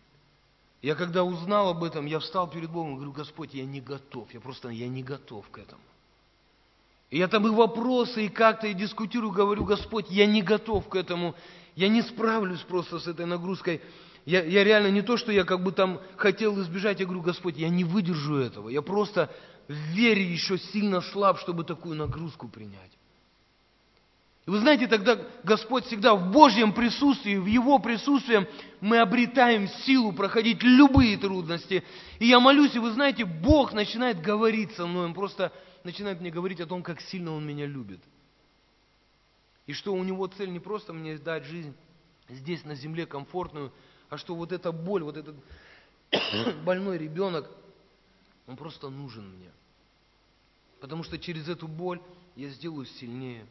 Я когда узнал об этом, я встал перед Богом и говорю: Господь, я не готов, я не готов к этому. И я там и вопросы, и как-то и дискутирую, говорю: Господь, я не готов к этому, я не справлюсь просто с этой нагрузкой. Я реально не то, что я как бы там хотел избежать, я говорю: Господь, я не выдержу этого, я просто в вере еще сильно слаб, чтобы такую нагрузку принять. И вы знаете, тогда Господь всегда в Божьем присутствии, в Его присутствии мы обретаем силу проходить любые трудности. И я молюсь, и вы знаете, Бог начинает говорить со мной, Он просто начинает мне говорить о том, как сильно Он меня любит. И что у Него цель не просто мне дать жизнь здесь на земле комфортную, а что вот эта боль, вот этот больной ребенок, он просто нужен мне. Потому что через эту боль я сделаюсь сильнее.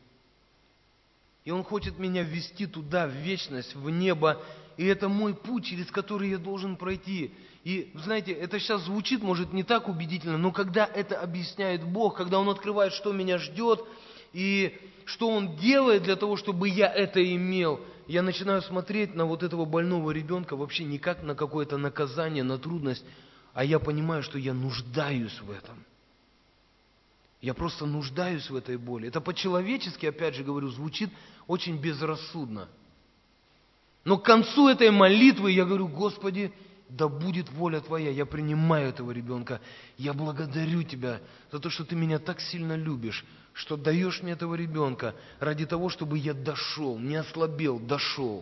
И Он хочет меня ввести туда, в вечность, в небо. И это мой путь, через который я должен пройти. И, знаете, это сейчас звучит, может, не так убедительно, но когда это объясняет Бог, когда Он открывает, что меня ждет, и что Он делает для того, чтобы я это имел. Я начинаю смотреть на вот этого больного ребенка вообще не как на какое-то наказание, на трудность, а я понимаю, что я нуждаюсь в этом. Я просто нуждаюсь в этой боли. Это по-человечески, опять же говорю, звучит очень безрассудно. Но к концу этой молитвы я говорю: Господи, да будет воля Твоя. Я принимаю этого ребенка. Я благодарю Тебя за то, что Ты меня так сильно любишь, что даешь мне этого ребенка ради того, чтобы я дошел, не ослабел, дошел.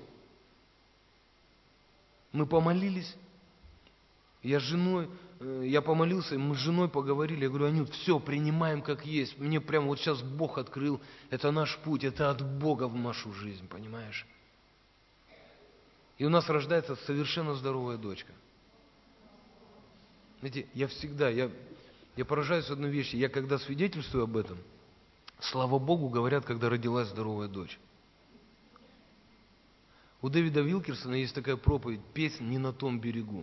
Мы помолились. Я помолился, и мы с женой поговорили. Я говорю: Анют, все, принимаем как есть. Мне прямо вот сейчас Бог открыл. Это наш путь, это от Бога в нашу жизнь, понимаешь? И у нас рождается совершенно здоровая дочка. Знаете, я поражаюсь одной вещи. Я когда свидетельствую об этом, слава Богу, говорят, когда родилась здоровая дочь. У Дэвида Вилкерсона есть такая проповедь, песня «Не на том берегу».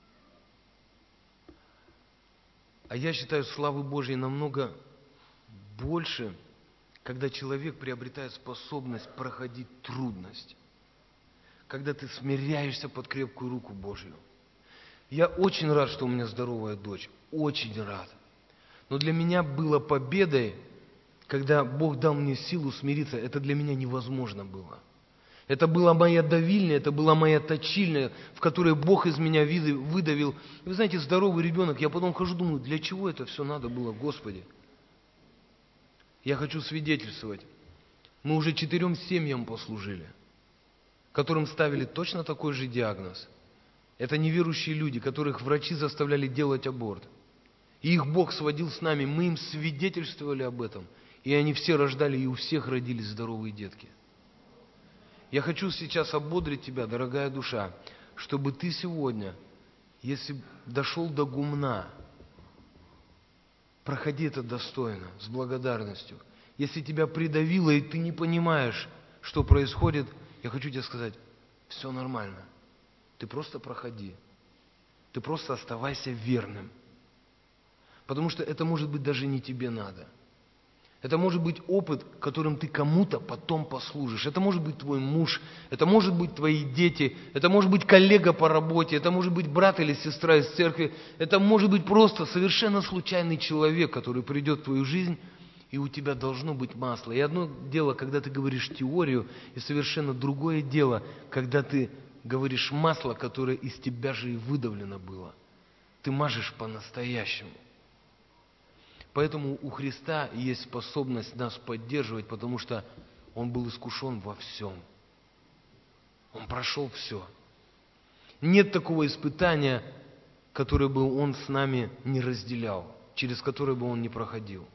А я считаю, славы Божьей намного больше, когда человек приобретает способность проходить трудность, когда ты смиряешься под крепкую руку Божью. Я очень рад, что у меня здоровая дочь, очень рад. Но для меня было победой, когда Бог дал мне силу смириться. Это для меня невозможно было. Это была моя давильня, это была моя точильня, в которой Бог из меня выдавил. И вы знаете, здоровый ребенок, я потом хожу, думаю, для чего это все надо было, Господи? Я хочу свидетельствовать. Мы уже 4 семьям послужили, которым ставили точно такой же диагноз. Это неверующие люди, которых врачи заставляли делать аборт. И их Бог сводил с нами, мы им свидетельствовали об этом. И они все рождали, и у всех родились здоровые детки. Я хочу сейчас ободрить тебя, дорогая душа, чтобы ты сегодня, если дошел до гумна, проходи это достойно, с благодарностью. Если тебя придавило, и ты не понимаешь, что происходит, я хочу тебе сказать, все нормально. Ты просто проходи. Ты просто оставайся верным. Потому что это, может быть, даже не тебе надо. Это может быть опыт, которым ты кому-то потом послужишь. Это может быть твой муж, это может быть твои дети, это может быть коллега по работе, это может быть брат или сестра из церкви, это может быть просто совершенно случайный человек, который придет в твою жизнь, и у тебя должно быть масло. И одно дело, когда ты говоришь теорию, и совершенно другое дело, когда ты говоришь масло, которое из тебя же и выдавлено было. Ты мажешь по-настоящему. Поэтому у Христа есть способность нас поддерживать, потому что Он был искушен во всем. Он прошел все. Нет такого испытания, которое бы Он с нами не разделял, через которое бы Он не проходил.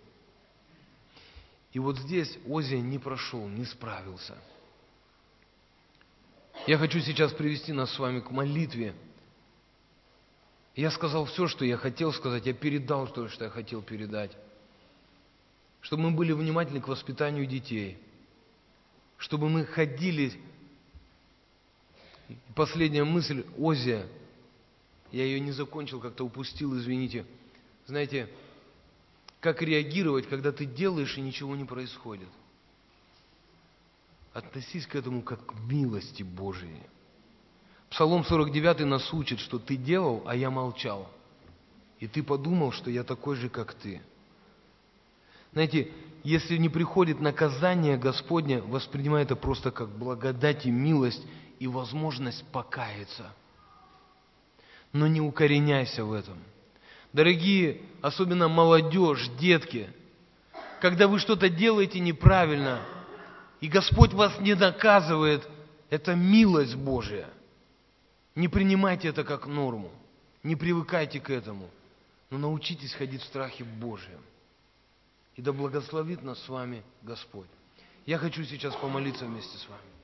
И вот здесь Озия не прошел, не справился. Я хочу сейчас привести нас с вами к молитве. Я сказал все, что я хотел сказать, я передал то, что я хотел передать. Чтобы мы были внимательны к воспитанию детей. Чтобы мы ходили. Последняя мысль Озия, я ее не закончил, как-то упустил, извините. Знаете, как реагировать, когда ты делаешь и ничего не происходит? Относись к этому как к милости Божией. Псалом 49 нас учит, что ты делал, а я молчал. И ты подумал, что я такой же, как ты. Знаете, если не приходит наказание Господне, воспринимай это просто как благодать и милость и возможность покаяться. Но не укореняйся в этом. Дорогие, особенно молодежь, детки, когда вы что-то делаете неправильно, и Господь вас не наказывает, это милость Божия. Не принимайте это как норму, не привыкайте к этому, но научитесь ходить в страхе Божьем. И да благословит нас с вами Господь. Я хочу сейчас помолиться вместе с вами.